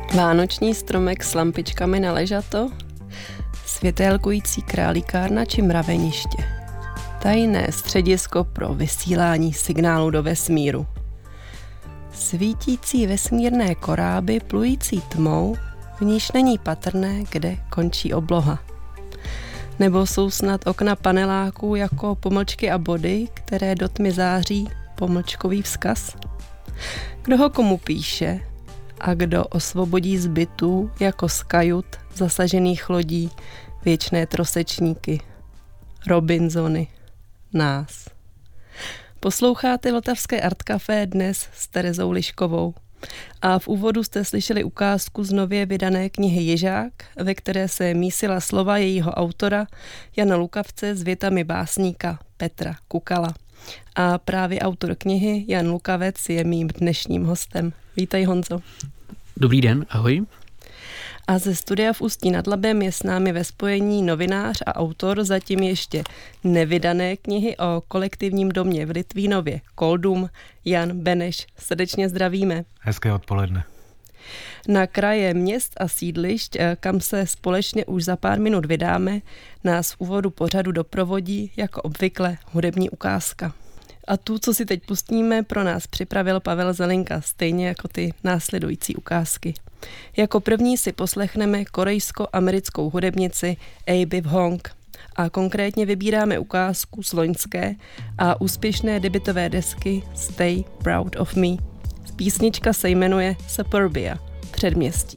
Vánoční stromek s lampičkami na ležato, světélkující králíkárna či mraveniště, tajné středisko pro vysílání signálu do vesmíru, svítící vesmírné koráby plující tmou, v níž není patrné, kde končí obloha. Nebo jsou snad okna paneláků jako pomlčky a body, které do tmy září pomlčkový vzkaz? Kdo ho komu píše a kdo osvobodí z bytů jako z kajut zasažených lodí věčné trosečníky, Robinsony, nás. Posloucháte Vltavské Art Café dnes s Terezou Liškovou. A v úvodu jste slyšeli ukázku z nově vydané knihy Ježák, ve které se mísila slova jejího autora Jana Lukavce s větami básníka Petra Kukala. A právě autor knihy Jan Lukavec je mým dnešním hostem. Vítej, Honzo. Dobrý den, ahoj. A ze studia v Ústí nad Labem je s námi ve spojení novinář a autor zatím ještě nevydané knihy o kolektivním domě v Litvínově Koldum, Jan Beneš. Srdečně zdravíme. Hezké odpoledne. Na kraje měst a sídlišť, kam se společně už za pár minut vydáme, nás v úvodu pořadu doprovodí jako obvykle hudební ukázka. A tu, co si teď pustíme, pro nás připravil Pavel Zelinka, stejně jako ty následující ukázky. Jako první si poslechneme korejsko-americkou hudebnici Abby Hong a konkrétně vybíráme ukázku z loňské a úspěšné debutové desky Stay Proud of Me. Písnička se jmenuje Suburbia, předměstí.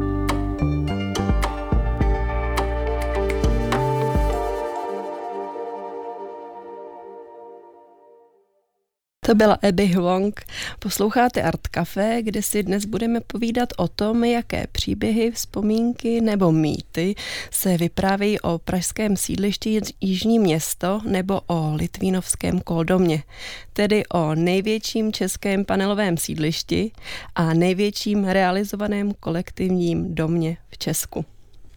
To byla Abby Hwang. Posloucháte Art Café, kde si dnes budeme povídat o tom, jaké příběhy, vzpomínky nebo mýty se vyprávějí o pražském sídlišti Jižní Město nebo o litvínovském Koldomě, tedy o největším českém panelovém sídlišti a největším realizovaném kolektivním domě v Česku.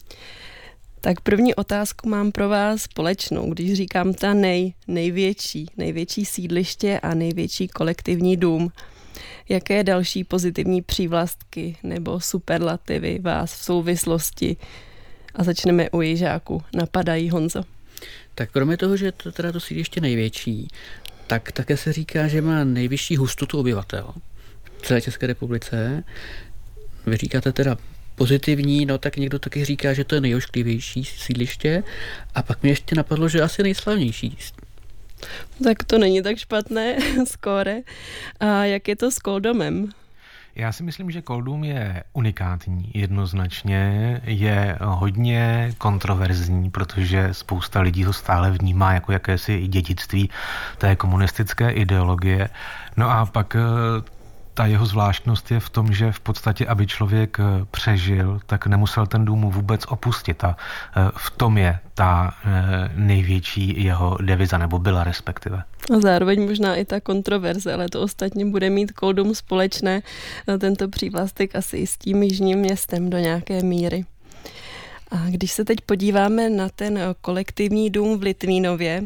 Tak první otázku mám pro vás společnou, když říkám ta největší sídliště a největší kolektivní dům. Jaké další pozitivní přívlastky nebo superlativy vás v souvislosti, a začneme u Ježáku, napadají, Honzo? Tak kromě toho, že je to teda to sídliště největší, tak také se říká, že má nejvyšší hustotu obyvatel v celé České republice. Vy říkáte teda pozitivní, no tak někdo taky říká, že to je nejošklivější sídliště a pak mě ještě napadlo, že asi nejslavnější. Tak to není tak špatné, skóre. A jak je to s Koldomem? Já si myslím, že Koldum je unikátní, jednoznačně je hodně kontroverzní, protože spousta lidí ho stále vnímá jako jakési dědictví té komunistické ideologie. No a pak ta jeho zvláštnost je v tom, že v podstatě, aby člověk přežil, tak nemusel ten dům vůbec opustit. A v tom je ta největší jeho deviza, nebo byla respektive. A zároveň možná i ta kontroverze, ale to ostatně bude mít Koldum společné, tento přívlastek asi i s tím Jižním Městem do nějaké míry. A když se teď podíváme na ten kolektivní dům v Litvínově,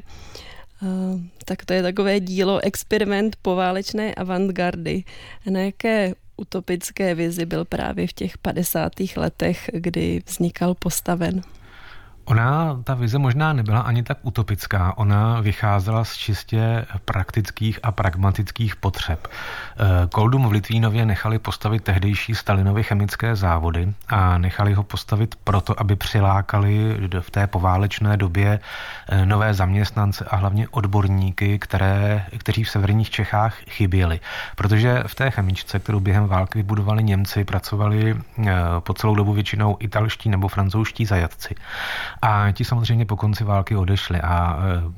tak to je takové dílo, experiment poválečné avantgardy. Na jaké utopické vizi byl právě v těch 50. letech, kdy vznikal postaven? Ta vize možná nebyla ani tak utopická, ona vycházela z čistě praktických a pragmatických potřeb. Koldum v Litvínově nechali postavit tehdejší Stalinovy chemické závody a nechali ho postavit proto, aby přilákali v té poválečné době nové zaměstnance a hlavně odborníky, kteří v severních Čechách chyběli. Protože v té chemičce, kterou během války vybudovali Němci, pracovali po celou dobu většinou italští nebo francouzští zajatci. A ti samozřejmě po konci války odešli a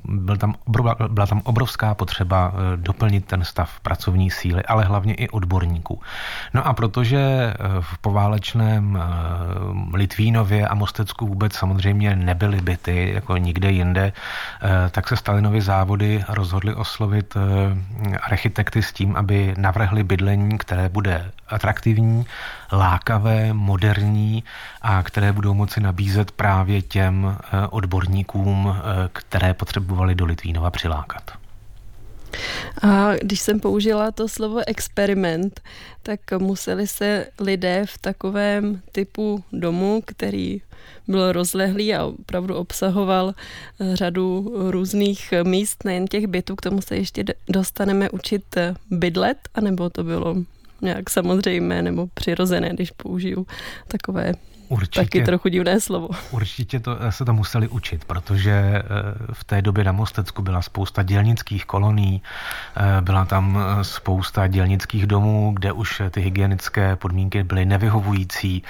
byla tam obrovská potřeba doplnit ten stav pracovní síly, ale hlavně i odborníků. No a protože v poválečném Litvínově a Mostecku vůbec samozřejmě nebyly byty jako nikde jinde, tak se Stalinovy závody rozhodly oslovit architekty s tím, aby navrhli bydlení, které bude atraktivní, lákavé, moderní a které budou moci nabízet právě těm odborníkům, které potřebovali do Litvínova přilákat. A když jsem použila to slovo experiment, tak museli se lidé v takovém typu domu, který byl rozlehlý a opravdu obsahoval řadu různých míst, nejen těch bytů, k tomu se ještě dostaneme učit bydlet, anebo to bylo nějak samozřejmé nebo přirozené, když použiju takové taky trochu divné slovo. Určitě se to museli učit, protože v té době na Mostecku byla spousta dělnických kolonií, byla tam spousta dělnických domů, kde už ty hygienické podmínky byly nevyhovující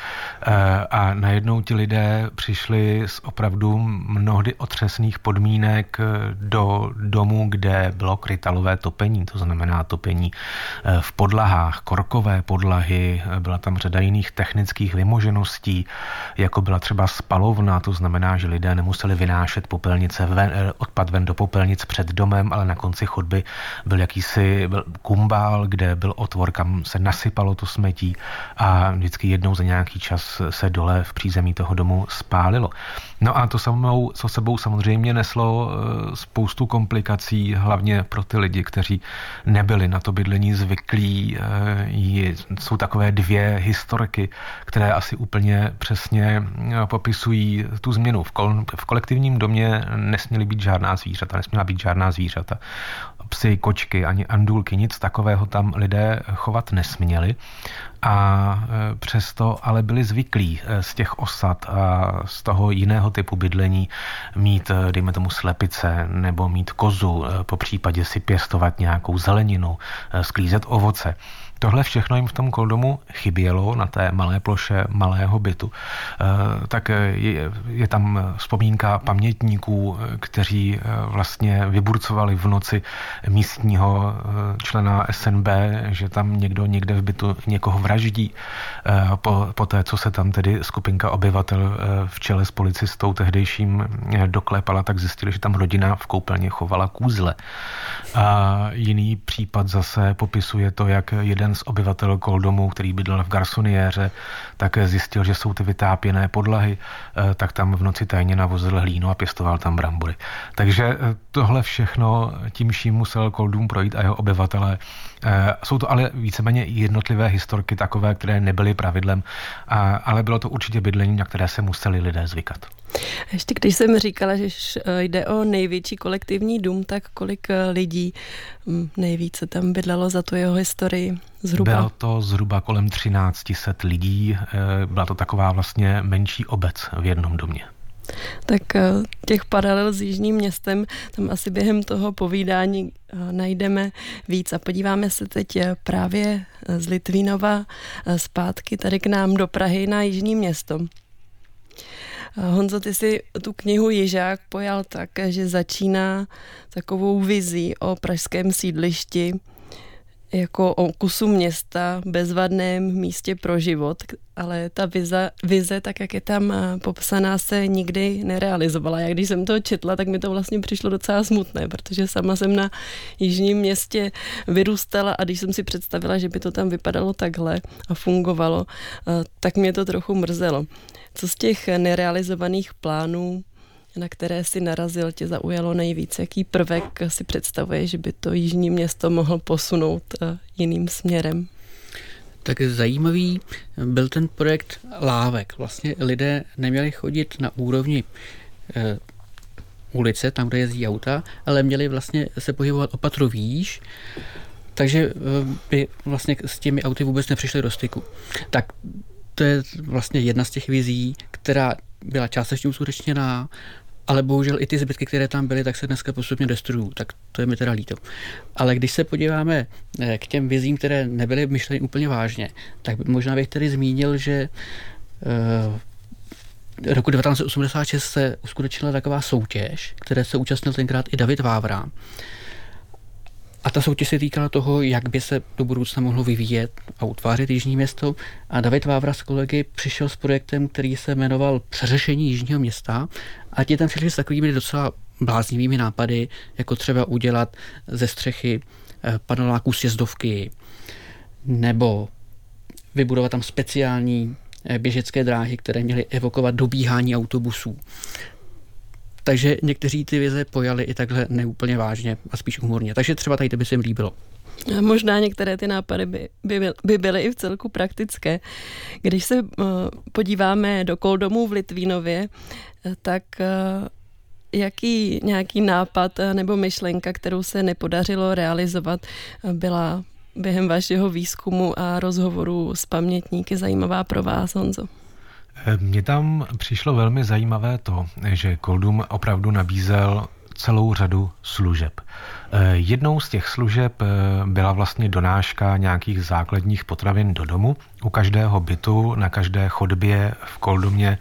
a najednou ti lidé přišli z opravdu mnohdy otřesných podmínek do domů, kde bylo krytalové topení, to znamená topení v podlahách, korkové podlahy, byla tam řada jiných technických vymožeností, jako byla třeba spalovna, to znamená, že lidé nemuseli vynášet odpad ven do popelnic před domem, ale na konci chodby byl jakýsi kumbál, kde byl otvor, kam se nasypalo to smetí a vždycky jednou za nějaký čas se dole v přízemí toho domu spálilo. No a to sebou samozřejmě neslo spoustu komplikací, hlavně pro ty lidi, kteří nebyli na to bydlení zvyklí. Jsou takové dvě historky, které asi úplně přesně popisují tu změnu. V kolektivním domě nesměla být žádná zvířata. Psy, kočky, ani andůlky, nic takového tam lidé chovat nesměli. A přesto ale byli zvyklí z těch osad a z toho jiného typu bydlení mít, dejme tomu, slepice nebo mít kozu, po případě si pěstovat nějakou zeleninu, sklízet ovoce. Tohle všechno jim v tom Koldomu chybělo na té malé ploše malého bytu. Tak je tam vzpomínka pamětníků, kteří vlastně vyburcovali v noci místního člena SNB, že tam někde v bytu někoho vraždí. Po té, co se tam tedy skupinka obyvatel v čele s policistou tehdejším doklepala, tak zjistili, že tam rodina v koupelně chovala kůzle. A jiný případ zase popisuje to, jak jeden z obyvatel Koldomu, který bydlel v garsoniéře, tak zjistil, že jsou ty vytápěné podlahy, tak tam v noci tajně navozil hlínu a pěstoval tam brambory. Takže tohle všechno tím vším musel Koldum projít a jeho obyvatelé. Jsou to ale víceméně jednotlivé historky takové, které nebyly pravidlem, ale bylo to určitě bydlení, na které se museli lidé zvykat. Ještě když jsem říkala, že jde o největší kolektivní dům, tak kolik lidí nejvíce tam bydlelo za tu jeho historii zhruba? Bylo to zhruba kolem 1300 lidí. Byla to taková vlastně menší obec v jednom domě. Tak těch paralel s Jižním Městem tam asi během toho povídání najdeme víc a podíváme se teď právě z Litvínova zpátky tady k nám do Prahy na Jižní Město. Honzo, ty si tu knihu Jižák pojal tak, že začíná takovou vizí o pražském sídlišti jako o kusu města, bezvadném místě pro život, ale ta vize, tak jak je tam popsaná, se nikdy nerealizovala. Já když jsem to četla, tak mi to vlastně přišlo docela smutné, protože sama jsem na Jižním Městě vyrůstala a když jsem si představila, že by to tam vypadalo takhle a fungovalo, tak mě to trochu mrzelo. Co z těch nerealizovaných plánů, na které si narazil, tě zaujalo nejvíc? Jaký prvek si představuje, že by to Jižní Město mohl posunout jiným směrem? Tak zajímavý byl ten projekt lávek. Vlastně lidé neměli chodit na úrovni ulice, tam, kde jezdí auta, ale měli vlastně se pohybovat o patro výš, takže by vlastně s těmi auty vůbec nepřišli do styku. Tak to je vlastně jedna z těch vizí, která byla částečně uskutečněná, ale bohužel i ty zbytky, které tam byly, tak se dneska postupně destruují, tak to je mi teda líto. Ale když se podíváme k těm vizím, které nebyly myšleny úplně vážně, tak možná bych tedy zmínil, že roku 1986 se uskutečnila taková soutěž, které se účastnil tenkrát i David Vávra. A ta soutěž se týkala toho, jak by se do budoucna mohlo vyvíjet a utvářet Jižní Město. A David Vávra s kolegy přišel s projektem, který se jmenoval Přeřešení Jižního Města. A ti tam přišli s takovými docela bláznivými nápady, jako třeba udělat ze střechy paneláků sjezdovky, nebo vybudovat tam speciální běžecké dráhy, které měly evokovat dobíhání autobusů. Takže někteří ty vize pojali i takhle neúplně vážně a spíš humorně. Takže třeba tady to by se jim líbilo. A možná některé ty nápady by byly i v celku praktické. Když se podíváme do Koldomů v Litvínově, tak jaký nějaký nápad nebo myšlenka, kterou se nepodařilo realizovat, byla během vašeho výzkumu a rozhovoru s pamětníky zajímavá pro vás, Honzo? Mně tam přišlo velmi zajímavé to, že Koldum opravdu nabízel celou řadu služeb. Jednou z těch služeb byla vlastně donáška nějakých základních potravin do domu. U každého bytu, na každé chodbě v Koldumě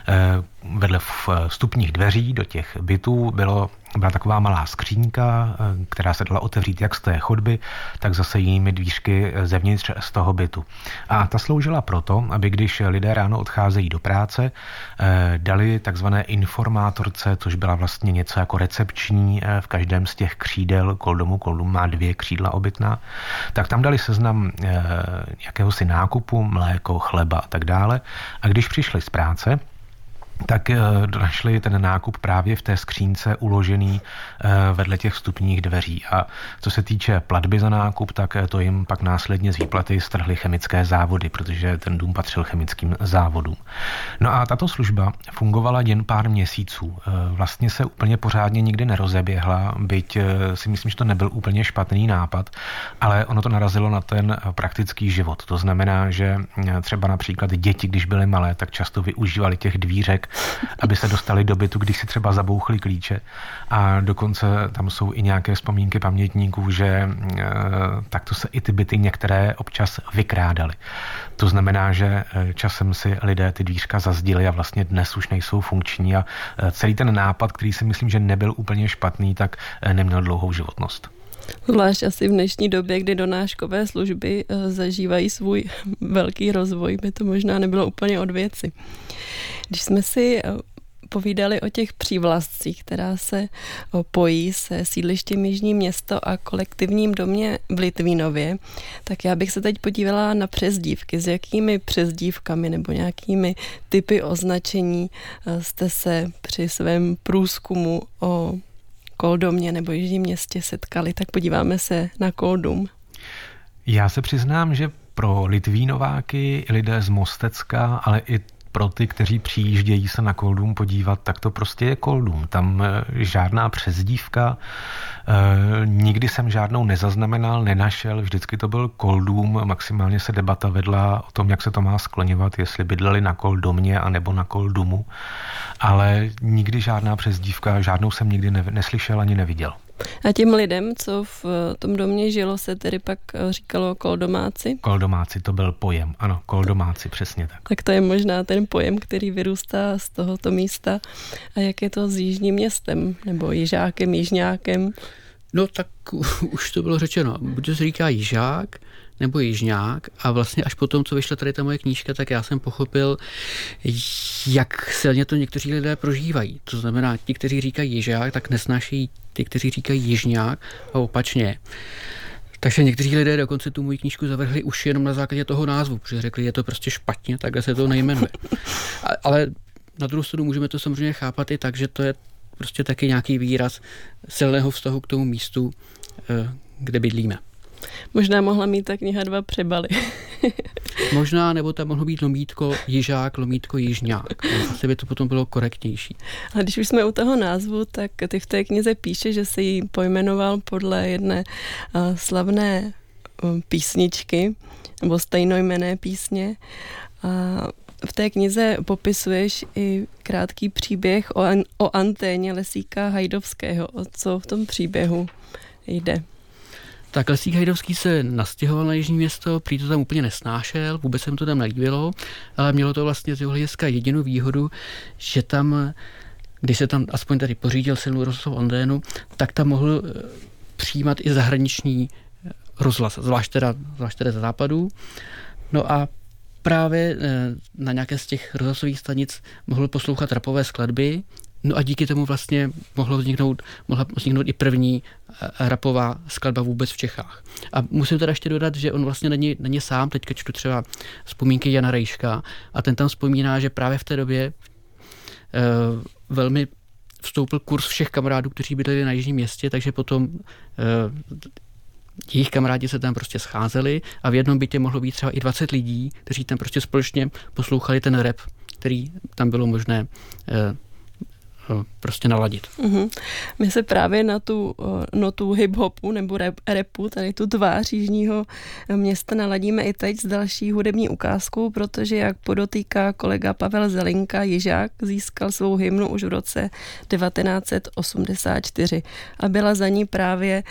vedle vstupních dveří do těch bytů byla taková malá skřínka, která se dala otevřít jak z té chodby, tak zase jinými dvířky zevnitř z toho bytu. A ta sloužila proto, aby když lidé ráno odcházejí do práce, dali takzvané informátorce, což byla vlastně něco jako recepční v každém z těch křídel Koldumu. Koldum má 2 křídla obytná, tak tam dali seznam jakéhosi nákupu, mléko, chleba a tak dále. A když přišli z práce, tak našli ten nákup právě v té skřínce uložený vedle těch vstupních dveří. A co se týče platby za nákup, tak to jim pak následně z výplaty strhly chemické závody, protože ten dům patřil chemickým závodům. No a tato služba fungovala jen pár měsíců. Vlastně se úplně pořádně nikdy nerozeběhla, byť si myslím, že to nebyl úplně špatný nápad, ale ono to narazilo na ten praktický život. To znamená, že třeba například děti, když byly malé, tak často využívali těch dvířek, aby se dostali do bytu, když si třeba zabouchli klíče. A dokonce tam jsou i nějaké vzpomínky pamětníků, že takto se i ty byty některé občas vykrádaly. To znamená, že časem si lidé ty dvířka zazdili a vlastně dnes už nejsou funkční a celý ten nápad, který si myslím, že nebyl úplně špatný, tak neměl dlouhou životnost. Zvlášť asi v dnešní době, kdy donáškové služby zažívají svůj velký rozvoj, by to možná nebylo úplně od věci. Když jsme si povídali o těch přívlastcích, která se pojí se sídlištěm Jižní Město a kolektivním domě v Litvínově, tak já bych se teď podívala na přezdívky. S jakými přezdívkami nebo nějakými typy označení jste se při svém průzkumu o Koldomě nebo Jižním Městě setkali, tak podíváme se na Koldum. Já se přiznám, že pro Litvínováky, lidé z Mostecka, ale i pro ty, kteří přijíždějí se na Koldum podívat, tak to prostě je Koldum. Tam žádná přezdívka, nikdy jsem žádnou nezaznamenal, nenašel, vždycky to byl Koldum, maximálně se debata vedla o tom, jak se to má skloňovat, jestli bydleli na Koldomě a nebo na Koldumu, ale nikdy žádná přezdívka, žádnou jsem nikdy neslyšel ani neviděl. A těm lidem, co v tom domě žilo, se tedy pak říkalo koldomáci? Koldomáci, to byl pojem, ano, koldomáci, přesně tak. Tak to je možná ten pojem, který vyrůstá z tohoto místa. A jak je to s Jižním Městem, nebo Jižákem, Jižňákem? No tak už to bylo řečeno, buď se říká Jižák, nebo Jižňák a vlastně až potom, co vyšla tady ta moje knížka, tak já jsem pochopil, jak silně to někteří lidé prožívají. To znamená, ti, kteří říkají Jižák, tak nesnáší ty, kteří říkají Jižňák a opačně. Takže někteří lidé dokonce tu moji knížku zavrhli už jenom na základě toho názvu, protože řekli, je to prostě špatně, takhle se to nejmenuje. Ale na druhou stranu můžeme to samozřejmě chápat i tak, že to je prostě taky nějaký výraz silného vztahu k tomu místu, kde bydlíme. Možná mohla mít ta kniha 2 přebaly. Možná, nebo tam mohlo být lomítko Jižák, lomítko Jižňák. Asi by to potom bylo korektnější. A když už jsme u toho názvu, tak ty v té knize píše, že se ji pojmenoval podle jedné slavné písničky, nebo stejnojmenné písně. A v té knize popisuješ i krátký příběh o anténě Lesíka Hajdovského. O co v tom příběhu jde? Tak Lesík Hajdovský se nastěhoval na Jižní Město, prý to tam úplně nesnášel, vůbec se mu to tam nelíbilo, ale mělo to vlastně z jeho hlediska jedinou výhodu, že tam, když se tam aspoň tady pořídil silnou rozhlasovou anténu, tak tam mohl přijímat i zahraniční rozhlas, zvlášť teda ze západu. No a právě na nějaké z těch rozhlasových stanic mohl poslouchat rapové skladby, no a díky tomu vlastně mohla vzniknout i první rapová skladba vůbec v Čechách. A musím teda ještě dodat, že on vlastně není sám, teďka čtu třeba vzpomínky Jana Rejška a ten tam vzpomíná, že právě v té době velmi vstoupil kurz všech kamarádů, kteří bydleli na Jižním Městě, takže potom jejich kamarádi se tam prostě scházeli a v jednom bytě mohlo být třeba i 20 lidí, kteří tam prostě společně poslouchali ten rap, který tam bylo možné prostě naladit. My se právě na tu notu hip-hopu nebo rapu, tady tu tvář Jižního Města naladíme i teď s další hudební ukázkou, protože jak podotýká kolega Pavel Zelinka, Jižák získal svou hymnu už v roce 1984 a bylo za ní právě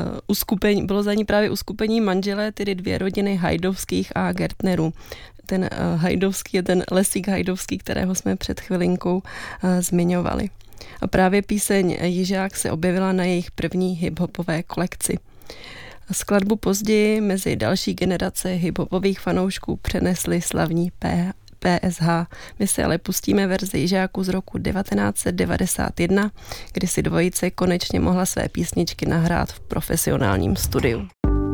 uskupení manželé, tedy 2 rodiny Hajdovských a Gertnerů. Ten Hajdovský je ten Lesík Hajdovský, kterého jsme před chvilinkou zmiňovali. A právě píseň Jižák se objevila na jejich první hiphopové kolekci. Skladbu později mezi další generace hiphopových fanoušků přenesli slavní PSH. My se ale pustíme verzi Jižáku z roku 1991, kdy si dvojice konečně mohla své písničky nahrát v profesionálním studiu.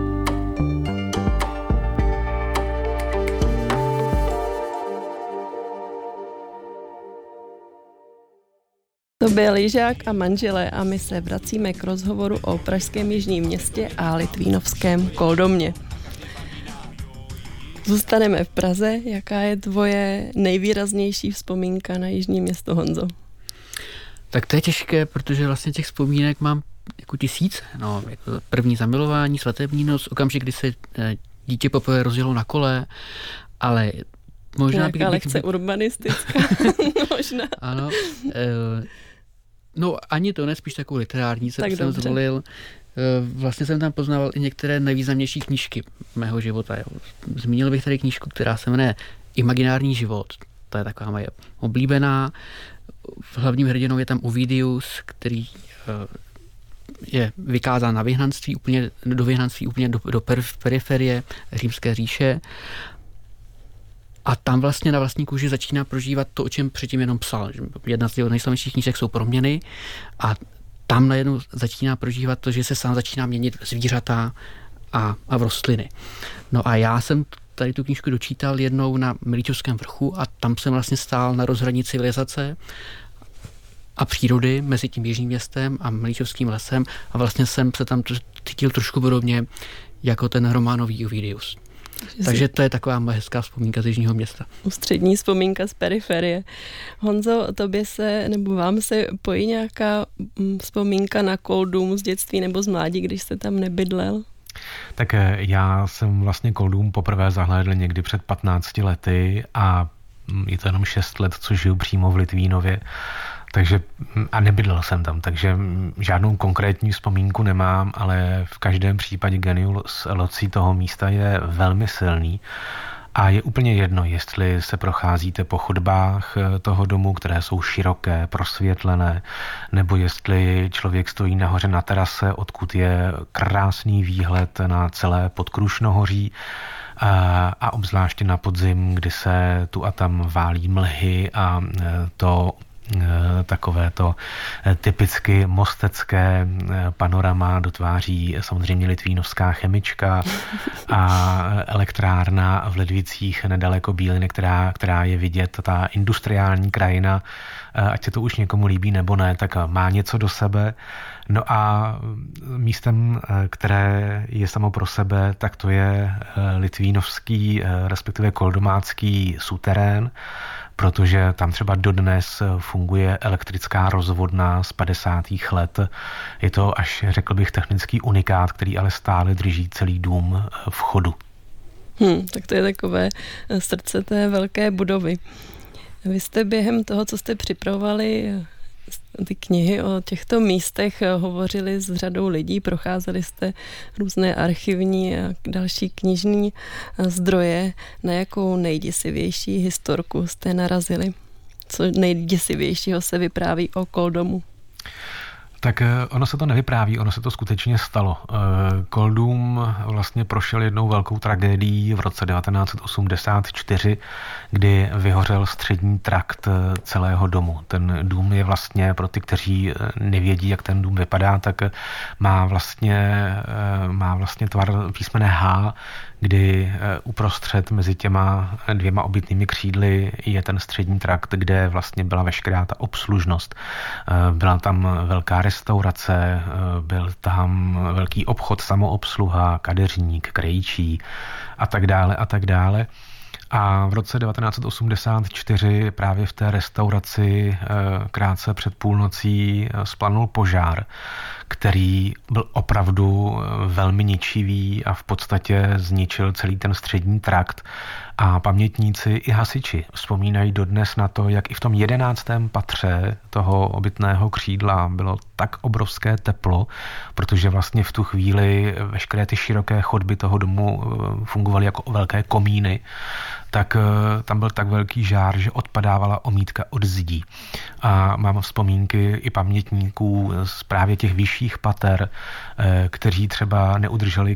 To byl Jižák a manželé a my se vracíme k rozhovoru o pražském Jižním Městě a litvínovském Koldomě. Zůstaneme v Praze. Jaká je tvoje nejvýraznější vzpomínka na Jižní Město, Honzo? Tak to je těžké, protože vlastně těch vzpomínek mám jako 1000. No, jako první zamilování, svatební noc, okamžik, kdy se dítě poprvé rozjelo na kole, ale možná nějaká lekce urbanistická. Možná. Ano. No ani to ne, spíš takovou literární jsem zvolil. Vlastně jsem tam poznával i některé nejvýznamnější knížky mého života. Jo. Zmínil bych tady knížku, která se jmenuje Imaginární život. To je taková moje oblíbená. Hlavním hrdinou je tam Ovidius, který je vykázán na vyhnanství, úplně do periferie Římské říše. A tam vlastně na vlastní kůži začíná prožívat to, o čem předtím jenom psal. Jedna z těch nejslavnějších knížek jsou Proměny a tam najednou začíná prožívat to, že se sám začíná měnit v zvířata a v rostliny. No a já jsem tady tu knížku dočítal jednou na Milíčovském vrchu a tam jsem vlastně stál na rozhraní civilizace a přírody mezi tím Jižním Městem a Milíčovským lesem a vlastně jsem se tam cítil trošku podobně jako ten románový Ovidius. Takže to je taková moje hezká vzpomínka z Jižního Města. Ústřední vzpomínka z periferie. Honzo, tobě se, nebo vám se pojí nějaká vzpomínka na Koldum z dětství nebo z mládí, když jste tam nebydlel? Tak já jsem vlastně Koldum poprvé zahlédl někdy před 15 lety a je to jenom 6 let, co žiju přímo v Litvínově. Takže, a nebydlel jsem tam, takže žádnou konkrétní vzpomínku nemám, ale v každém případě genius loci toho místa je velmi silný a je úplně jedno, jestli se procházíte po chodbách toho domu, které jsou široké, prosvětlené, nebo jestli člověk stojí nahoře na terase, odkud je krásný výhled na celé Podkrušnohoří a obzvláště na podzim, kdy se tu a tam válí mlhy a to takové to typicky mostecké panorama dotváří samozřejmě litvínovská chemička a elektrárna v Ledvicích nedaleko Bíliny, která je vidět, ta industriální krajina, ať se to už někomu líbí nebo ne, tak má něco do sebe. No a místem, které je samo pro sebe, tak to je litvínovský, respektive koldomácký suterén, protože tam třeba dodnes funguje elektrická rozvodna z 50. let. Je to až, řekl bych, technický unikát, který ale stále drží celý dům v chodu. Tak to je takové srdce té velké budovy. Vy jste během toho, co jste připravovali ty knihy o těchto místech, hovořili s řadou lidí, procházeli jste různé archivní a další knižní zdroje. Na jakou nejděsivější historku jste narazili? Co nejděsivějšího se vypráví o Koldomu? Tak ono se to nevypráví, ono se to skutečně stalo. Koldum vlastně prošel jednou velkou tragédií v roce 1984, kdy vyhořel střední trakt celého domu. Ten dům je vlastně, pro ty, kteří nevědí, jak ten dům vypadá, tak má vlastně tvar písmene H, kdy uprostřed mezi těma dvěma obytnými křídly je ten střední trakt, kde vlastně byla veškerá ta obslužnost. Byla tam velká restaurace, byl tam velký obchod, samoobsluha, kadeřník, krejčí a tak dále a tak dále. A v roce 1984 právě v té restauraci krátce před půlnocí splanul požár, který byl opravdu velmi ničivý a v podstatě zničil celý ten střední trakt. A pamětníci i hasiči vzpomínají dodnes na to, jak i v tom 11. patře toho obytného křídla bylo tak obrovské teplo, protože vlastně v tu chvíli veškeré ty široké chodby toho domu fungovaly jako velké komíny, tak tam byl tak velký žár, že odpadávala omítka od zdí. A mám vzpomínky i pamětníků z právě těch vyšších pater, kteří třeba neudrželi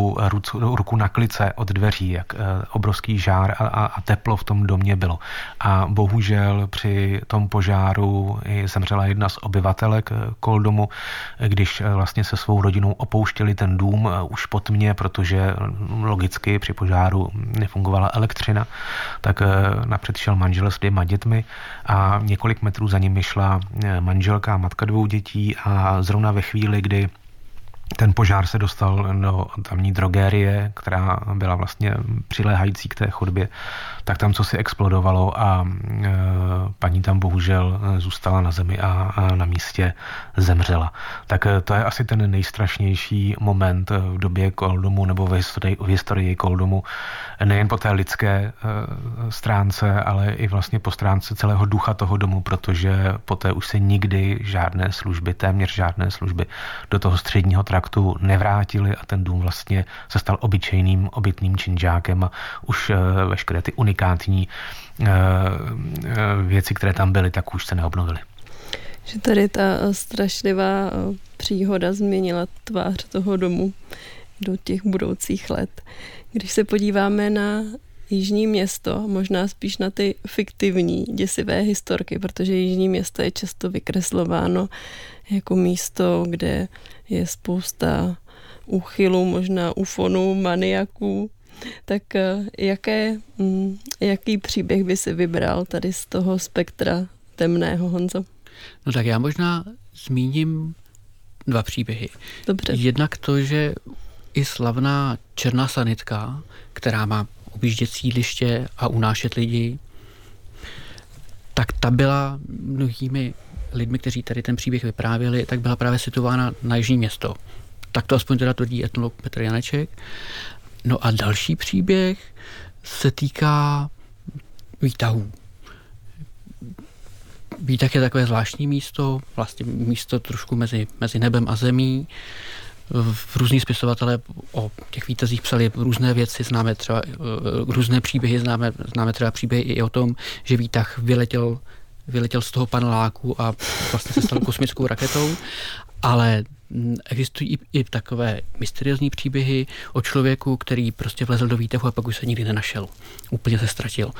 ruku na klice od dveří, jak obrovský žár a teplo v tom domě bylo. A bohužel při tom požáru zemřela jedna z obyvatelek Koldomu, když vlastně se svou rodinou opouštěli ten dům už po tmě, protože logicky při požáru nefungovala elektřina, tak napřed šel manžel s 2 dětmi a několik metrů za nimi šla manželka a matka 2 dětí a zrovna ve chvíli, kdy ten požár se dostal do tamní drogérie, která byla vlastně přiléhající k té chodbě, tak tam cosi explodovalo a paní tam bohužel zůstala na zemi a na místě zemřela. Tak to je asi ten nejstrašnější moment v době Koldomu nebo v historii Koldomu, nejen po té lidské stránce, ale i vlastně po stránce celého ducha toho domu, protože poté už se nikdy žádné služby, téměř žádné služby do toho středního traktu nevrátily a ten dům vlastně se stal obyčejným obytným činžákem a už veškeré ty unikátní věci, které tam byly, tak už se neobnovily. Že tady ta strašlivá příhoda změnila tvář toho domu do těch budoucích let. Když se podíváme na Jižní Město, možná spíš na ty fiktivní děsivé historky, protože Jižní Město je často vykreslováno jako místo, kde je spousta úchylů, možná ufonů, maniaků. Tak jaký příběh by si vybral tady z toho spektra temného, Honzo? No tak já možná zmíním 2 příběhy. Dobře. Jednak to, že i slavná Černá sanitka, která má objíždět sídliště a unášet lidi, tak ta byla mnohými lidmi, kteří tady ten příběh vyprávěli, tak byla právě situována na Jižní Město. Tak to aspoň teda tvrdí etnolog Petr Janeček. No a další příběh se týká výtahů. Výtah je takové zvláštní místo, vlastně místo trošku mezi nebem a zemí. Různí spisovatelé o těch výtazích psali různé věci, známe třeba různé příběhy, známe třeba příběhy i o tom, že výtah vyletěl z toho paneláku a vlastně se stal kosmickou raketou, ale existují i takové mysteriózní příběhy o člověku, který prostě vlezl do výtahu a pak už se nikdy nenašel. Úplně se ztratil.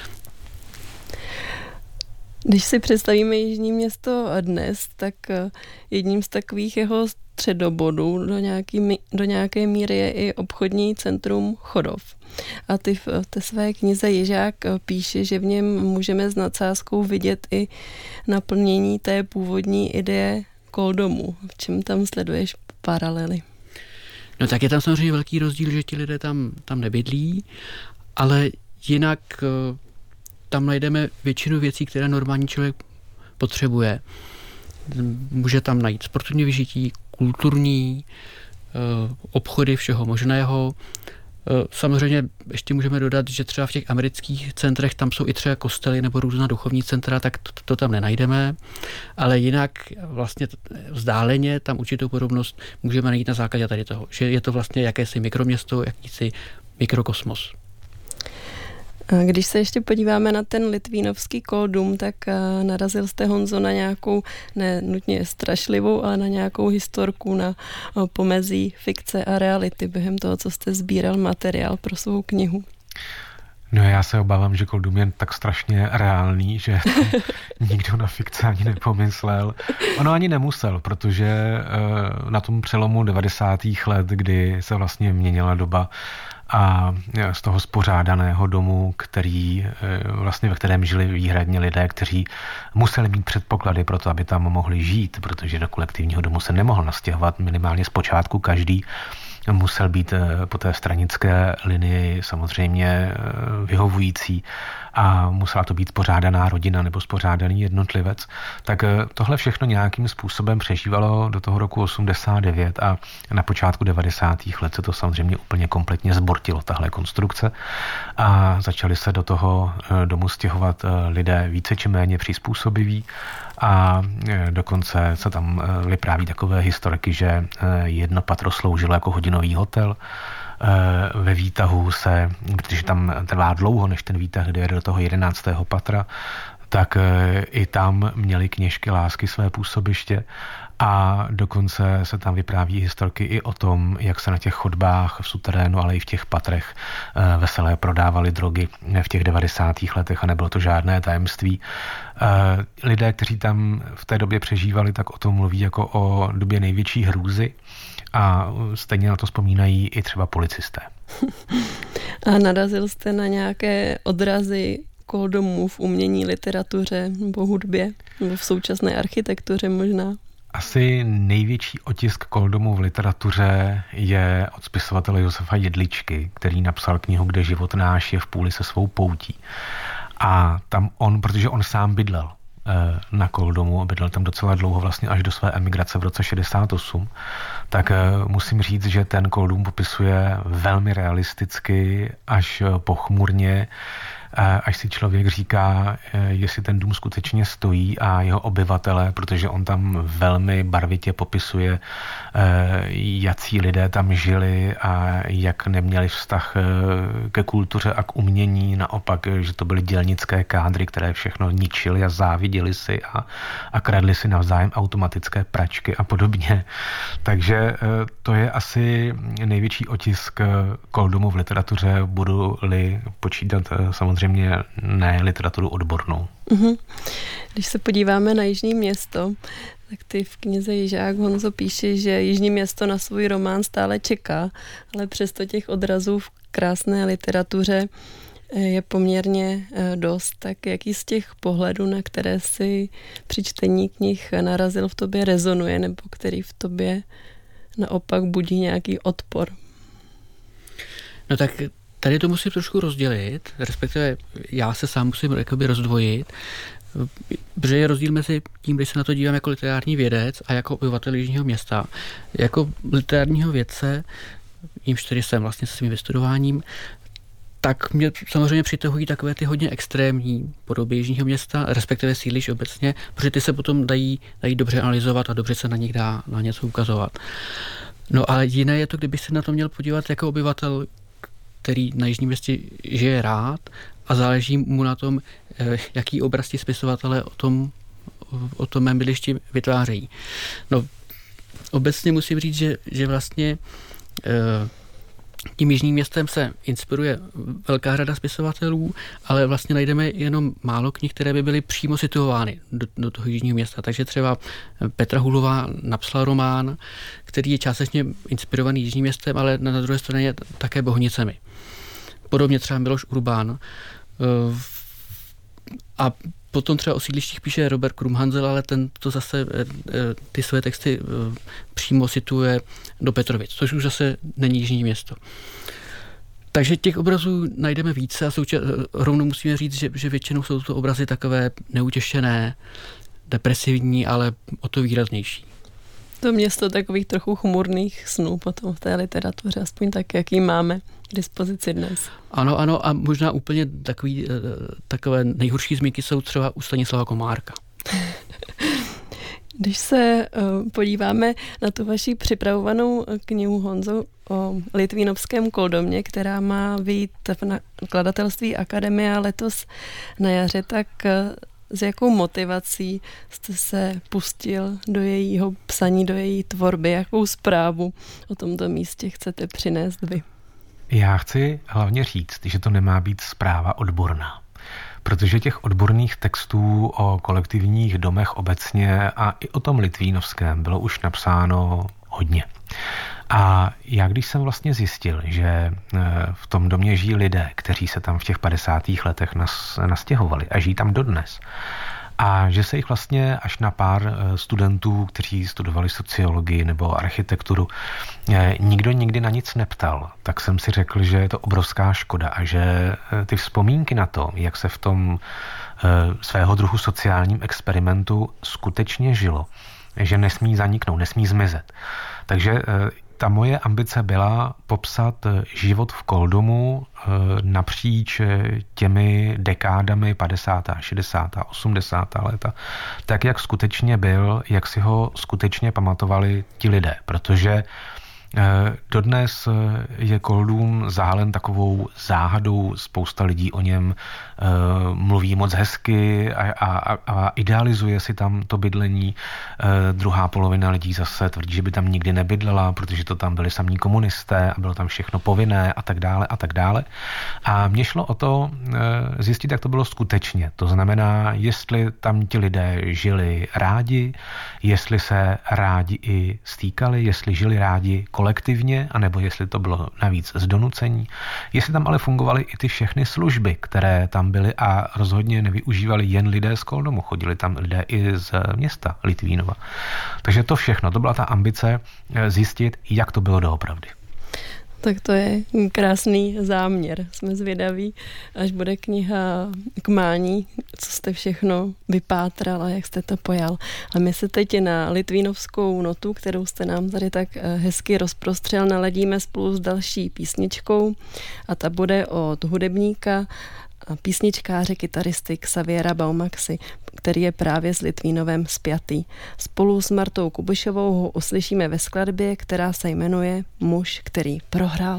Když si představíme Jižní Město dnes, tak jedním z takových jeho středobodů do nějaké míry je i obchodní centrum Chodov. A ty v té své knize Ježák píše, že v něm můžeme s nadsázkou vidět i naplnění té původní ideje Koldomu. V čem tam sleduješ paralely? No tak je tam samozřejmě velký rozdíl, že ti lidé tam nebydlí, ale jinak tam najdeme většinu věcí, které normální člověk potřebuje. Může tam najít sportovní vyžití, kulturní, obchody všeho možného. Samozřejmě ještě můžeme dodat, že třeba v těch amerických centrech tam jsou i třeba kostely nebo různá duchovní centra, tak to tam nenajdeme, ale jinak vlastně vzdáleně tam určitou podobnost můžeme najít na základě tady toho, že je to vlastně jakési mikroměsto, jakýsi mikrokosmos. A když se ještě podíváme na ten litvínovský Koldum, tak narazil jste, Honzo, na nějakou, ne nutně strašlivou, ale na nějakou historku na pomezí fikce a reality během toho, co jste sbíral materiál pro svou knihu. No já se obávám, že Koldum je tak strašně reálný, že nikdo na fikce ani nepomyslel. Ono ani nemusel, protože na tom přelomu 90. let, kdy se vlastně měnila doba a z toho spořádaného domu, který vlastně ve kterém žili výhradně lidé, kteří museli mít předpoklady pro to, aby tam mohli žít, protože do kolektivního domu se nemohl nastěhovat minimálně zpočátku každý. Musel být po té stranické linii samozřejmě vyhovující a musela to být spořádaná rodina nebo spořádaný jednotlivec. Tak tohle všechno nějakým způsobem přežívalo do toho roku 89 a na počátku 90. let se to samozřejmě úplně kompletně zbortilo, tahle konstrukce, a začali se do toho domu stěhovat lidé více či méně přizpůsobiví a dokonce se tam vypráví takové historiky, že jedno patro sloužilo jako hodinový hotel. Ve výtahu se, protože tam trvá dlouho, než ten výtah dojede do toho 11. patra, tak i tam měli kněžky lásky své působiště a dokonce se tam vypráví historky i o tom, jak se na těch chodbách v suterénu, ale i v těch patrech veselé prodávaly drogy v těch 90. letech a nebylo to žádné tajemství. Lidé, kteří tam v té době přežívali, tak o tom mluví jako o době největší hrůzy a stejně na to vzpomínají i třeba policisté. A narazil jste na nějaké odrazy Koldomů v umění, literatuře nebo hudbě, nebo v současné architektuře možná? Asi největší otisk Koldomu v literatuře je od spisovatele Josefa Jedličky, který napsal knihu Kde život náš je v půli se svou poutí. A tam on, protože on sám bydlel na Koldomu, bydlel tam docela dlouho, vlastně až do své emigrace v roce 68, tak musím říct, že ten Koldum popisuje velmi realisticky, až pochmurně, až si člověk říká, jestli ten dům skutečně stojí a jeho obyvatele, protože on tam velmi barvitě popisuje, jací lidé tam žili a jak neměli vztah ke kultuře a k umění, naopak, že to byly dělnické kádry, které všechno ničili a záviděli si a kradli si navzájem automatické pračky a podobně. Takže to je asi největší otisk Koldomu v literatuře, budu-li počítat samozřejmě ne literaturu odbornou. Když se podíváme na Jižní Město, tak ty v knize Jižák Honzo píše, že Jižní Město na svůj román stále čeká, ale přesto těch odrazů v krásné literatuře je poměrně dost. Tak jaký z těch pohledů, na které si při čtení knih narazil, v tobě rezonuje, nebo který v tobě naopak budí nějaký odpor? No tak tady to musím trošku rozdělit, respektive já se sám musím jakoby rozdvojit, protože je rozdíl mezi tím, když se na to dívám jako literární vědec a jako obyvatel Jižního Města. Jako literárního vědce, jímž tedy jsem vlastně se svým vystudováním, tak mě samozřejmě přitahují takové ty hodně extrémní podoby Jižního Města, respektive sídlišť obecně, protože ty se potom dají dobře analyzovat a dobře se na nich dá na něco ukazovat. No ale jiné je to, kdybych se na to měl podívat jako obyvatel, který na Jižním Městě žije rád a záleží mu na tom, jaký obraz ti spisovatelé o tom mém bydlišti vytvářejí. No, obecně musím říct, že vlastně tím Jižním Městem se inspiruje velká řada spisovatelů, ale vlastně najdeme jenom málo knih, které by byly přímo situovány do toho Jižního Města. Takže třeba Petra Hulová napsala román, který je částečně inspirovaný Jižním Městem, ale na druhé straně je také Bohnicemi. Podobně třeba Miloš Urbán. A potom třeba o sídlištích píše Robert Krumhanzel, ale ten to zase ty své texty přímo situuje do Petrovic, což už zase není Jižní Město. Takže těch obrazů najdeme více a rovnou musíme říct, že většinou jsou to obrazy takové neutěšené, depresivní, ale o to výraznější. To město takových trochu chmurných snů potom v té literatuře, aspoň tak, jaký máme k dispozici dnes. Ano a možná úplně takové nejhorší zmínky jsou třeba u Stanislava Komárka. Když se podíváme na tu vaši připravovanou knihu, Honzo, o litvínovském koldomě, která má vyjít v nakladatelství Akademia letos na jaře, tak s jakou motivací jste se pustil do jejího psaní, do její tvorby, jakou zprávu o tomto místě chcete přinést vy? Já chci hlavně říct, že to nemá být zpráva odborná. Protože těch odborných textů o kolektivních domech obecně a i o tom litvínovském bylo už napsáno hodně. A já když jsem vlastně zjistil, že v tom domě žijí lidé, kteří se tam v těch 50. letech nastěhovali a žijí tam dodnes, a že se jich vlastně až na pár studentů, kteří studovali sociologii nebo architekturu, nikdo nikdy na nic neptal, tak jsem si řekl, že je to obrovská škoda a že ty vzpomínky na to, jak se v tom svého druhu sociálním experimentu skutečně žilo, že nesmí zaniknout, nesmí zmizet. Takže ta moje ambice byla popsat život v Koldomu napříč těmi dekádami 50., 60., 80. léta, tak jak skutečně byl, jak si ho skutečně pamatovali ti lidé, protože dodnes je Koldum zahalen takovou záhadou, spousta lidí o něm mluví moc hezky a idealizuje si tam to bydlení. Druhá polovina lidí zase tvrdí, že by tam nikdy nebydlela, protože to tam byli samí komunisté a bylo tam všechno povinné a tak dále a tak dále. A mně šlo o to zjistit, jak to bylo skutečně. To znamená, jestli tam ti lidé žili rádi, jestli se rádi i stýkali, jestli žili rádi kolektivně, anebo jestli to bylo navíc z donucení. Jestli tam ale fungovaly i ty všechny služby, které tam byly a rozhodně nevyužívali jen lidé z Koldomu, chodili tam lidé i z města Litvínova. Takže to všechno, to byla ta ambice zjistit, jak to bylo doopravdy. Tak to je krásný záměr. Jsme zvědaví, až bude kniha k mání, co jste všechno vypátral a jak jste to pojal. A my se teď na litvínovskou notu, kterou jste nám tady tak hezky rozprostřel, naladíme spolu s další písničkou a ta bude od hudebníka písničkáře, kytaristy Xaviera Baumaxy, který je právě s Litvínovem spjatý. Spolu s Martou Kubišovou ho uslyšíme ve skladbě, která se jmenuje Muž, který prohrál.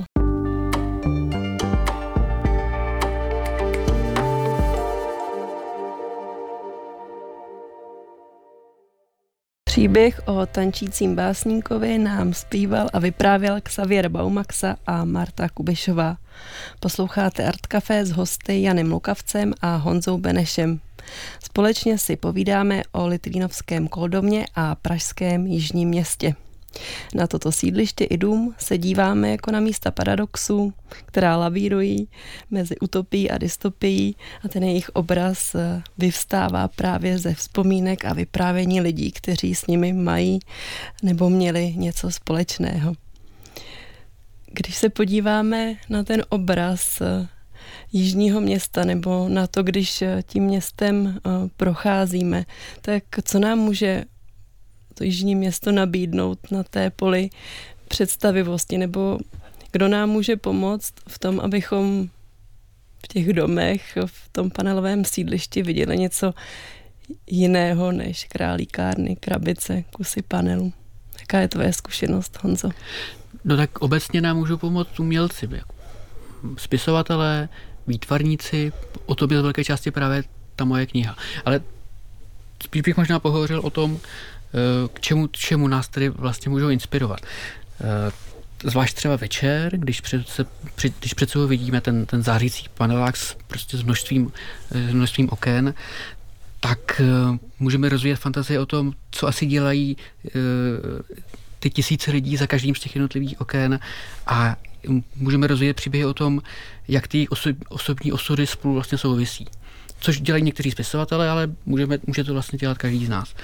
Příběh o tančícím básníkovi nám zpíval a vyprávěl Xavier Baumaxa a Marta Kubišová. Posloucháte Art Café s hosty Janem Lukavcem a Honzou Benešem. Společně si povídáme o litvínovském Koldomě a pražském Jižním Městě. Na toto sídliště i dům se díváme jako na místa paradoxů, která lavírují mezi utopií a dystopií a ten jejich obraz vyvstává právě ze vzpomínek a vyprávění lidí, kteří s nimi mají nebo měli něco společného. Když se podíváme na ten obraz Jižního Města nebo na to, když tím městem procházíme, tak co nám může to Jižní Město nabídnout na té poli představivosti, nebo kdo nám může pomoct v tom, abychom v těch domech, v tom panelovém sídlišti viděli něco jiného než králíkárny, krabice, kusy panelů. Jaká je tvoje zkušenost, Honzo? No tak obecně nám můžou pomoct umělci, spisovatelé, výtvarníci, o to by z velké části právě ta moje kniha. Ale spíš bych možná pohovořil o tom, k čemu nás tedy vlastně můžou inspirovat. Zvlášť třeba večer, když před sebou vidíme ten zářící panelák prostě s množstvím oken, tak můžeme rozvíjet fantazii o tom, co asi dělají ty tisíce lidí za každým z těch jednotlivých oken a můžeme rozvíjet příběhy o tom, jak ty osobní osudy spolu vlastně souvisí. Což dělají někteří spisovatelé, ale může to vlastně dělat každý z nás.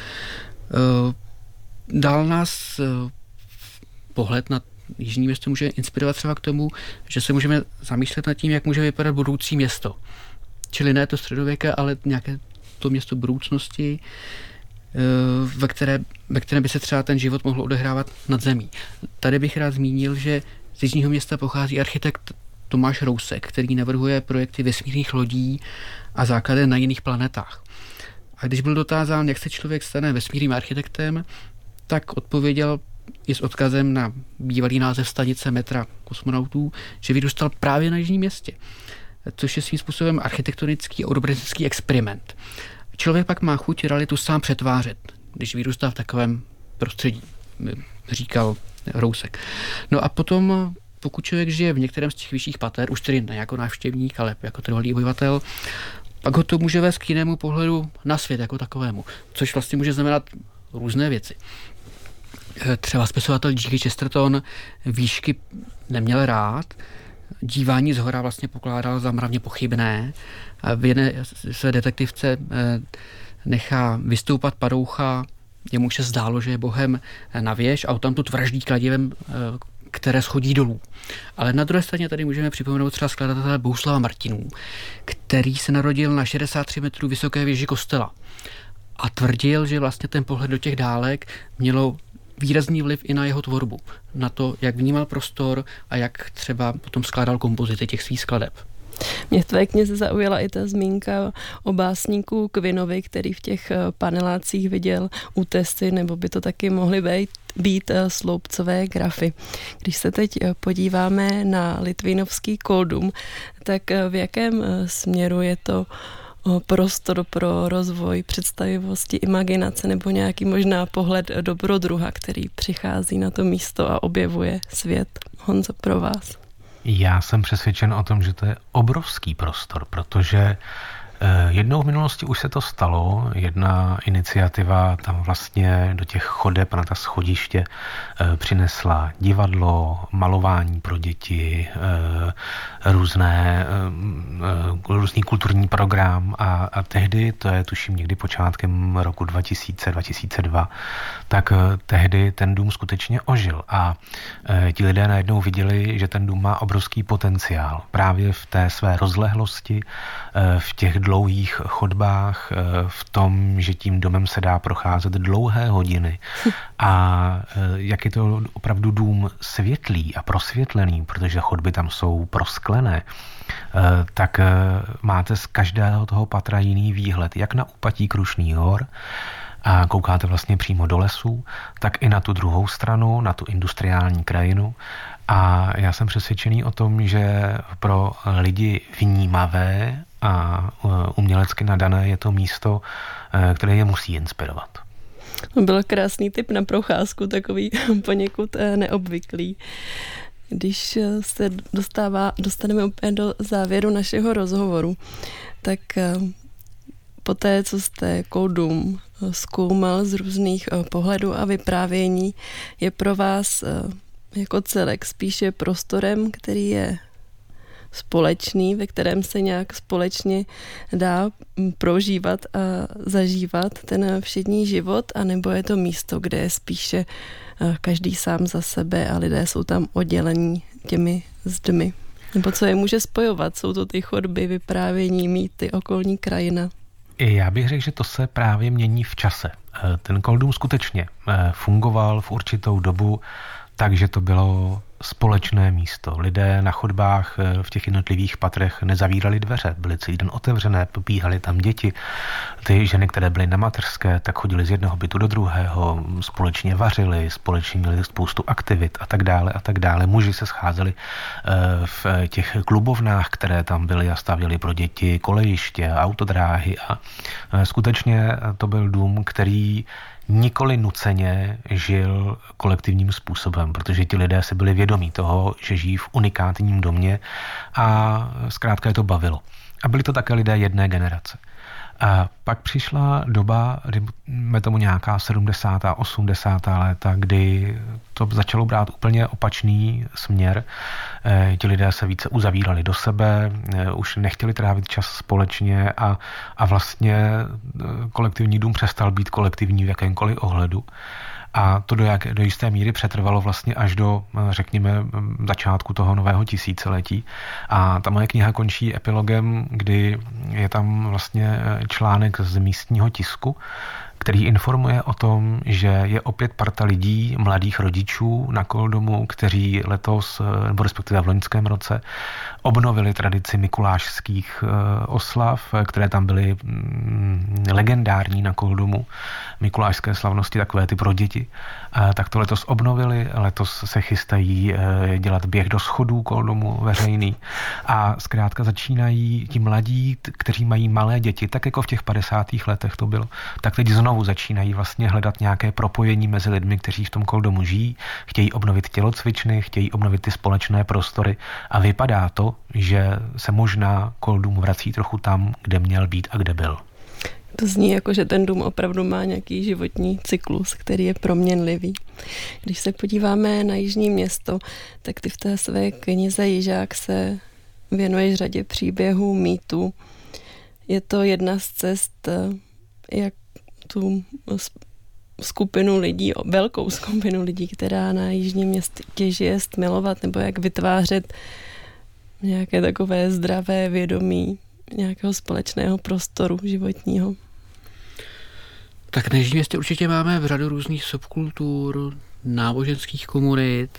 Dál nás pohled na Jižní Město může inspirovat třeba k tomu, že se můžeme zamýšlet nad tím, jak může vypadat budoucí město. Čili ne to středověké, ale nějaké to město budoucnosti, ve kterém by se třeba ten život mohl odehrávat nad zemí. Tady bych rád zmínil, že z Jižního Města pochází architekt Tomáš Rousek, který navrhuje projekty vesmírných lodí a základen na jiných planetách. A když byl dotázán, jak se člověk stane vesmírným architektem, tak odpověděl i s odkazem na bývalý název stanice metra kosmonautů, že vyrůstal právě na Jižním Městě, což je svým způsobem architektonický a urbanistický experiment. Člověk pak má chuť realitu sám přetvářet, když vyrůstá v takovém prostředí, říkal Rousek. No a potom, pokud člověk žije v některém z těch vyšších pater, už tedy ne jako návštěvník, ale jako trvalý obyvatel, pak ho to může vést k jinému pohledu na svět jako takovému, což vlastně může znamenat různé věci. Třeba spisovatel G.K. Chesterton výšky neměl rád, dívání zhora vlastně pokládal za mravně pochybné. V jedné své detektivce nechá vystoupat padoucha, jemu se zdálo, že je bohem na věž a odtamtud vraždí kladivem, které schodí dolů. Ale na druhé straně tady můžeme připomenout třeba skladatele Bohuslava Martinů, který se narodil na 63 metrů vysoké věži kostela a tvrdil, že vlastně ten pohled do těch dálek mělo výrazný vliv i na jeho tvorbu, na to, jak vnímal prostor a jak třeba potom skládal kompozity těch svých skladeb. Mě v tvé knize zaujala i ta zmínka o básníku Quinovi, který v těch panelácích viděl útesy, nebo by to taky mohly být sloupcové grafy. Když se teď podíváme na litvínovský Koldum, tak v jakém směru je to prostor pro rozvoj představivosti, imaginace nebo nějaký možná pohled dobrodruha, který přichází na to místo a objevuje svět? Honzo, pro vás. Já jsem přesvědčen o tom, že to je obrovský prostor, protože jednou v minulosti už se to stalo, jedna iniciativa tam vlastně do těch chodeb na ta schodiště přinesla divadlo, malování pro děti, různý kulturní program a tehdy, to je tuším někdy počátkem roku 2000-2002, tak tehdy ten dům skutečně ožil a ti lidé najednou viděli, že ten dům má obrovský potenciál právě v té své rozlehlosti, v těch dlouhých chodbách, v tom, že tím domem se dá procházet dlouhé hodiny a jak je to opravdu dům světlý a prosvětlený, protože chodby tam jsou prosklené, tak máte z každého toho patra jiný výhled, jak na úpatí Krušných hor a koukáte vlastně přímo do lesů, tak i na tu druhou stranu, na tu industriální krajinu. A já jsem přesvědčený o tom, že pro lidi vnímavé a umělecky nadané je to místo, které je musí inspirovat. Byl krásný tip na procházku, takový poněkud neobvyklý. Když se dostaneme úplně do závěru našeho rozhovoru, tak poté, co jste Koldum zkoumal z různých pohledů a vyprávění, je pro vás jako celek spíše prostorem, který je společný, ve kterém se nějak společně dá prožívat a zažívat ten všední život, anebo je to místo, kde je spíše každý sám za sebe a lidé jsou tam oddělení těmi zdmi? Nebo co je může spojovat? Jsou to ty chodby, vyprávění, mýty, okolní krajina? Já bych řekl, že to se právě mění v čase. Ten Koldum skutečně fungoval v určitou dobu, takže to bylo společné místo. Lidé na chodbách v těch jednotlivých patrech nezavírali dveře, byly celý den otevřené, pobíhaly tam děti. Ty ženy, které byly na mateřské, tak chodily z jednoho bytu do druhého, společně vařili, společně měli spoustu aktivit a tak dále a tak dále. Muži se scházeli v těch klubovnách, které tam byly a stavěli pro děti kolejiště, autodráhy a skutečně to byl dům, který nikoli nuceně žil kolektivním způsobem, protože ti lidé si byli vědomí toho, že žijí v unikátním domě a zkrátka je to bavilo. A byli to také lidé jedné generace. A pak přišla doba, dejme tomu nějaká 70. 80. léta, kdy to začalo brát úplně opačný směr. Ti lidé se více uzavírali do sebe, už nechtěli trávit čas společně a vlastně kolektivní dům přestal být kolektivní v jakémkoliv ohledu. A to do jisté míry přetrvalo vlastně až do, řekněme, začátku toho nového tisíciletí. A ta moje kniha končí epilogem, kdy je tam vlastně článek z místního tisku, který informuje o tom, že je opět parta lidí, mladých rodičů na Koldomu, kteří letos, nebo respektive v loňském roce, obnovili tradici mikulášských oslav, které tam byly legendární na Koldomu. Mikulášské slavnosti, takové ty pro děti. Tak to letos obnovili, letos se chystají dělat běh do schodů Koldomu veřejný a zkrátka začínají ti mladí, kteří mají malé děti, tak jako v těch 50. letech to bylo, tak teď znovu začínají vlastně hledat nějaké propojení mezi lidmi, kteří v tom Koldomu žijí, chtějí obnovit tělocvičny, chtějí obnovit ty společné prostory a vypadá to, že se možná Koldum vrací trochu tam, kde měl být a kde byl. To zní jako, že ten dům opravdu má nějaký životní cyklus, který je proměnlivý. Když se podíváme na Jižní Město, tak ty v té své knize Jižák se věnuješ řadě příběhů, mýtů. Je to jedna z cest, jak tu skupinu lidí, velkou skupinu lidí, která na Jižním Městě žije, milovat, nebo jak vytvářet nějaké takové zdravé vědomí nějakého společného prostoru životního. Tak na Jižním Městě určitě máme v řadu různých subkultur, náboženských komunit,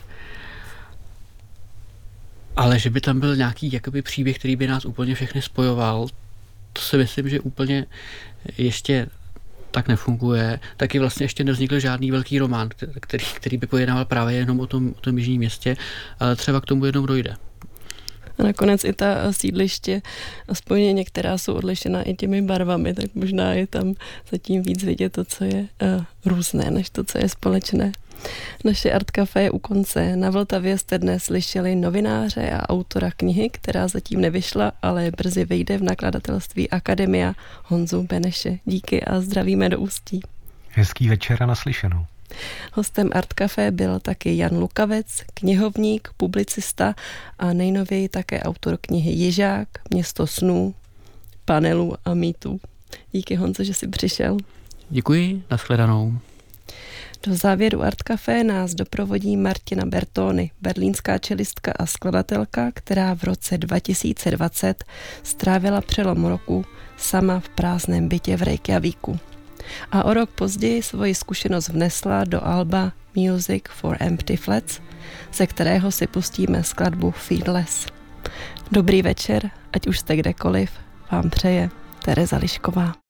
ale že by tam byl nějaký jakoby příběh, který by nás úplně všechny spojoval, to si myslím, že úplně ještě tak nefunguje. Taky vlastně ještě nevznikl žádný velký román, který by pojednával právě jenom o tom Jižním Městě, ale třeba k tomu jednou dojde. A nakonec i ta sídliště, aspoň některá jsou odlišená i těmi barvami, tak možná je tam zatím víc vidět to, co je různé, než to, co je společné. Naše Art Café je u konce. Na Vltavě jste dnes slyšeli novináře a autora knihy, která zatím nevyšla, ale brzy vyjde v nakladatelství Akademia, Honzu Beneše. Díky a zdravíme do Ústí. Hezký večer a naslyšenou. Hostem Art Café byl taky Jan Lukavec, knihovník, publicista a nejnověji také autor knihy Jižák, Město snů, panelů a mýtů. Díky, Honzo, že jsi přišel. Děkuji, nashledanou. Do závěru Art Café nás doprovodí Martina Bertoni, berlínská čelistka a skladatelka, která v roce 2020 strávila přelom roku sama v prázdném bytě v Reykjavíku. A o rok později svoji zkušenost vnesla do alba Music for Empty Flats, ze kterého si pustíme skladbu Fearless. Dobrý večer, ať už jste kdekoliv, vám přeje Tereza Lišková.